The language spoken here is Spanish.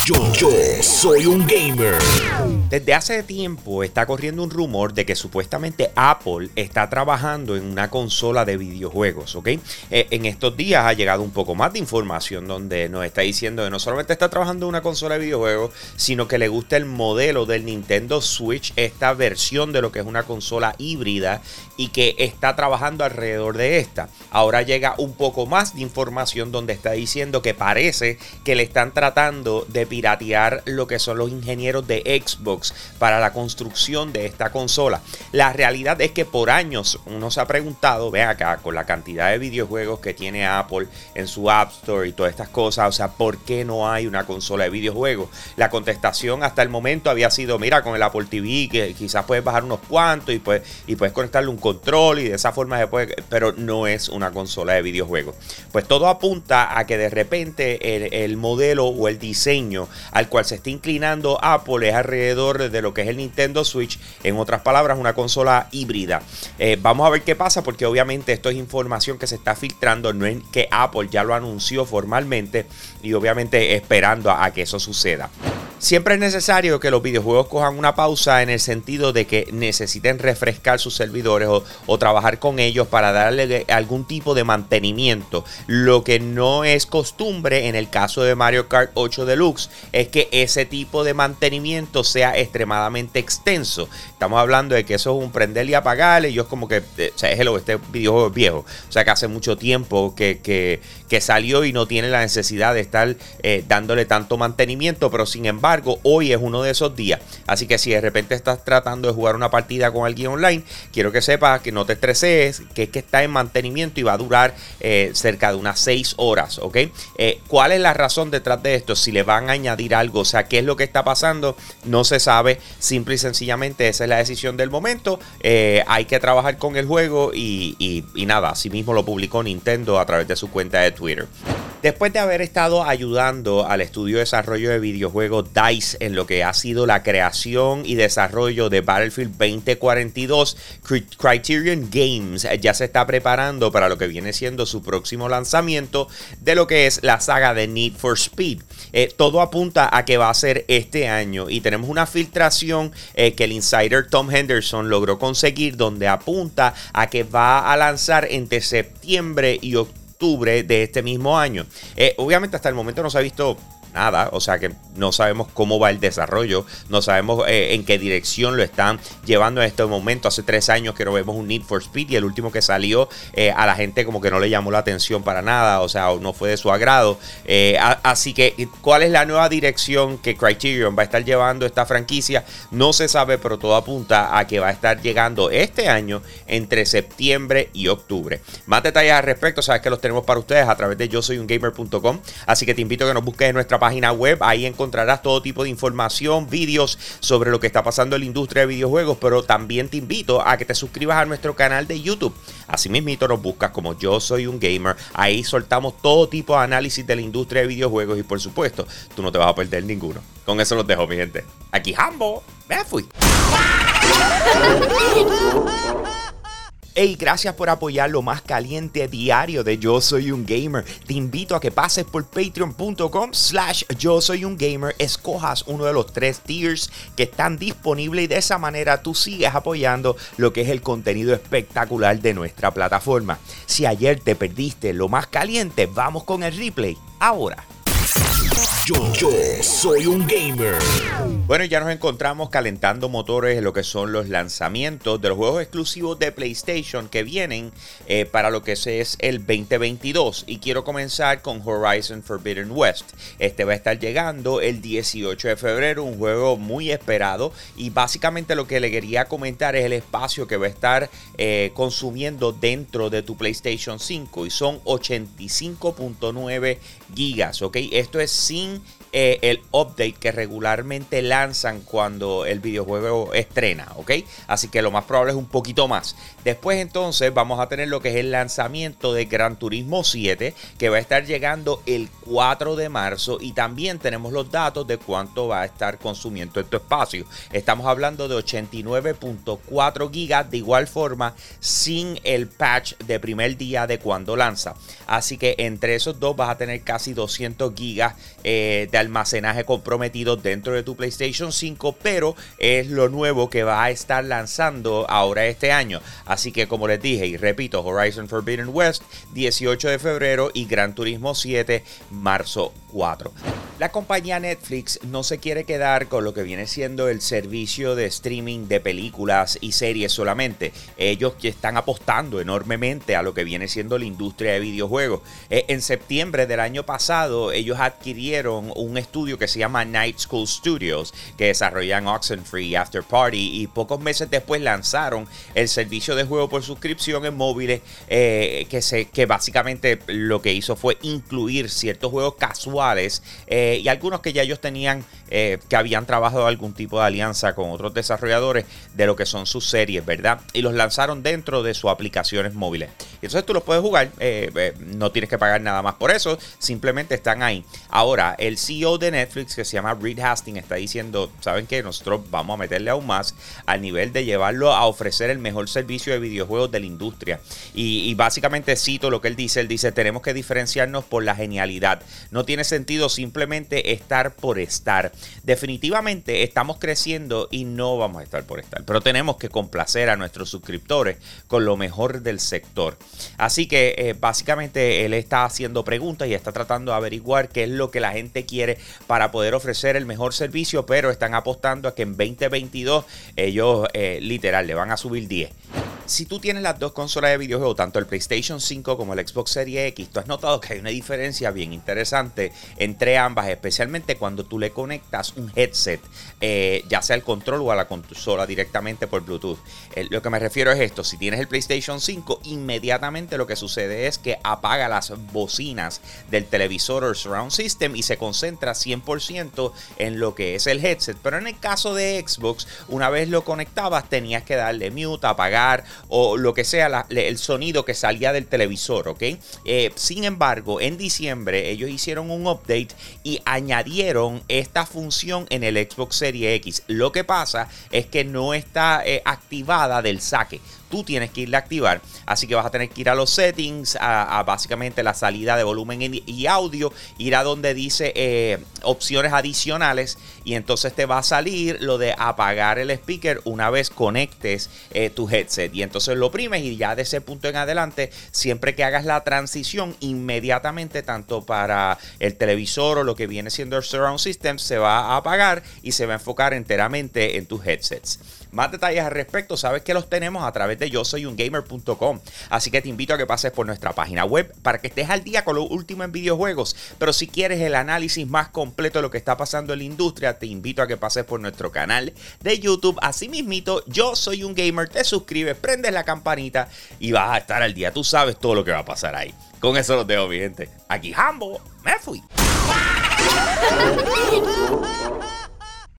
Yo soy un gamer. Desde hace tiempo está corriendo un rumor de que supuestamente Apple está trabajando en una consola de videojuegos, ¿ok? En estos días ha llegado un poco más de información donde nos está diciendo que no solamente está trabajando en una consola de videojuegos, sino que le gusta el modelo del Nintendo Switch, esta versión de lo que es una consola híbrida, y que está trabajando alrededor de esta. Ahora llega un poco más de información donde está diciendo que parece que le están tratando de piratear lo que son los ingenieros de Xbox para la construcción de esta consola. La realidad es que por años uno se ha preguntado, ve acá, con la cantidad de videojuegos que tiene Apple en su App Store y todas estas cosas, o sea, ¿por qué no hay una consola de videojuegos? La contestación hasta el momento había sido, mira, con el Apple TV que quizás puedes bajar unos cuantos y puedes conectarle un control y de esa forma se puede, pero no es una consola de videojuegos. Pues todo apunta a que de repente el modelo o el diseño al cual se está inclinando Apple es alrededor de lo que es el Nintendo Switch, en otras palabras, una consola híbrida. Vamos a ver qué pasa, porque obviamente esto es información que se está filtrando, no es que Apple ya lo anunció formalmente, y obviamente esperando a que eso suceda. Siempre es necesario que los videojuegos cojan una pausa en el sentido de que necesiten refrescar sus servidores o trabajar con ellos para darle algún tipo de mantenimiento. Lo que no es costumbre en el caso de Mario Kart 8 Deluxe es que ese tipo de mantenimiento sea extremadamente extenso. Estamos hablando de que eso es un prender y apagar. Ellos como que, o sea, este videojuego es viejo. O sea, que hace mucho tiempo que salió y no tiene la necesidad de estar dándole tanto mantenimiento, pero sin embargo hoy es uno de esos días. Así que si de repente estás tratando de jugar una partida con alguien online, quiero que sepas que no te estreses, que es que está en mantenimiento y va a durar cerca de unas 6 horas, ¿ok? ¿Cuál es la razón detrás de esto? Si le van a añadir algo, o sea, ¿qué es lo que está pasando? No se sabe, simple y sencillamente esa es la decisión del momento. Hay que trabajar con el juego y nada, así mismo lo publicó Nintendo a través de su cuenta de Twitter. Después de haber estado ayudando al estudio de desarrollo de videojuegos DICE en lo que ha sido la creación y desarrollo de Battlefield 2042, Criterion Games ya se está preparando para lo que viene siendo su próximo lanzamiento de lo que es la saga de Need for Speed. Todo apunta a que va a ser este año, y tenemos una filtración que el insider Tom Henderson logró conseguir, donde apunta a que va a lanzar entre septiembre y octubre de este mismo año. Obviamente hasta el momento no se ha visto nada, o sea que no sabemos cómo va el desarrollo, no sabemos en qué dirección lo están llevando en este momento. Hace 3 años que no vemos un Need for Speed, y el último que salió a la gente como que no le llamó la atención para nada, o sea, no fue de su agrado. Así que, ¿cuál es la nueva dirección que Criterion va a estar llevando esta franquicia? No se sabe, pero todo apunta a que va a estar llegando este año entre septiembre y octubre. Más detalles al respecto, sabes que los tenemos para ustedes a través de yosoyungamer.com, así que te invito a que nos busques en nuestra página web. Ahí encontrarás todo tipo de información, vídeos sobre lo que está pasando en la industria de videojuegos, pero también te invito a que te suscribas a nuestro canal de YouTube. Así mismito nos buscas como Yo Soy un Gamer. Ahí soltamos todo tipo de análisis de la industria de videojuegos y por supuesto, tú no te vas a perder ninguno. Con eso los dejo, mi gente. Aquí Hambo, me fui. Hey, gracias por apoyar lo más caliente diario de Yo Soy un Gamer. Te invito a que pases por patreon.com/Yo Soy un Gamer, escojas uno de los 3 tiers que están disponibles y de esa manera tú sigues apoyando lo que es el contenido espectacular de nuestra plataforma. Si ayer te perdiste lo más caliente, vamos con el replay ahora. Yo soy un gamer. Bueno, ya nos encontramos calentando motores en lo que son los lanzamientos de los juegos exclusivos de PlayStation que vienen para lo que es el 2022. Y quiero comenzar con Horizon Forbidden West. Este va a estar llegando el 18 de febrero, un juego muy esperado. Y básicamente lo que le quería comentar es el espacio que va a estar consumiendo dentro de tu PlayStation 5. Y son 85.9 gigas, ¿ok? Esto es sin el update que regularmente lanzan cuando el videojuego estrena, ¿ok? Así que lo más probable es un poquito más. Después entonces vamos a tener lo que es el lanzamiento de Gran Turismo 7, que va a estar llegando el 4 de marzo, y también tenemos los datos de cuánto va a estar consumiendo este espacio. Estamos hablando de 89.4 gigas, de igual forma sin el patch de primer día de cuando lanza. Así que entre esos dos vas a tener casi 200 gigas de almacenaje comprometido dentro de tu PlayStation 5, pero es lo nuevo que va a estar lanzando ahora este año. Así que como les dije y repito, Horizon Forbidden West 18 de febrero y Gran Turismo 7 marzo 4. La compañía Netflix no se quiere quedar con lo que viene siendo el servicio de streaming de películas y series solamente. Ellos que están apostando enormemente a lo que viene siendo la industria de videojuegos. En septiembre del año pasado, ellos adquirieron un estudio que se llama Night School Studios, que desarrollan Oxenfree y After Party, y pocos meses después lanzaron el servicio de juego por suscripción en móviles, que básicamente lo que hizo fue incluir ciertos juegos casuales y algunos que ya ellos tenían, que habían trabajado algún tipo de alianza con otros desarrolladores de lo que son sus series, ¿verdad? Y los lanzaron dentro de sus aplicaciones móviles. Y entonces tú los puedes jugar, no tienes que pagar nada más por eso, simplemente están ahí. Ahora, el CEO de Netflix, que se llama Reed Hastings, está diciendo, ¿saben qué? Nosotros vamos a meterle aún más al nivel de llevarlo a ofrecer el mejor servicio de videojuegos de la industria. Y básicamente cito lo que él dice, tenemos que diferenciarnos por la genialidad. No tiene sentido simplemente estar por estar. Definitivamente estamos creciendo y no vamos a estar por estar, pero tenemos que complacer a nuestros suscriptores con lo mejor del sector. Así que básicamente él está haciendo preguntas y está tratando de averiguar qué es lo que la gente quiere para poder ofrecer el mejor servicio, pero están apostando a que en 2022 ellos literal le van a subir 10. Si tú tienes las dos consolas de videojuegos, tanto el PlayStation 5 como el Xbox Series X, tú has notado que hay una diferencia bien interesante entre ambas, especialmente cuando tú le conectas un headset, ya sea al control o a la consola directamente por Bluetooth. Lo que me refiero es esto: si tienes el PlayStation 5, inmediatamente lo que sucede es que apaga las bocinas del televisor o surround system y se concentra 100% en lo que es el headset. Pero en el caso de Xbox, una vez lo conectabas, tenías que darle mute, apagar o lo que sea el sonido que salía del televisor, ¿ok? Sin embargo, en diciembre ellos hicieron un update y añadieron esta función en el Xbox Series X. Lo que pasa es que no está activada del saque. Tú tienes que irla a activar, así que vas a tener que ir a los settings, a básicamente la salida de volumen y audio, ir a donde dice opciones adicionales, y entonces te va a salir lo de apagar el speaker una vez conectes tu headset, y entonces lo oprimes y ya de ese punto en adelante, siempre que hagas la transición, inmediatamente tanto para el televisor o lo que viene siendo el surround system se va a apagar y se va a enfocar enteramente en tus headsets. Más detalles al respecto sabes que los tenemos a través de yosoyungamer.com, así que te invito a que pases por nuestra página web para que estés al día con lo último en videojuegos. Pero si quieres el análisis más completo de lo que está pasando en la industria, te invito a que pases por nuestro canal de YouTube. Así mismito, Yo Soy Un Gamer, te suscribes, prendes la campanita y vas a estar al día. Tú sabes todo lo que va a pasar ahí. Con eso los dejo, mi gente. Aquí Hambo, me fui.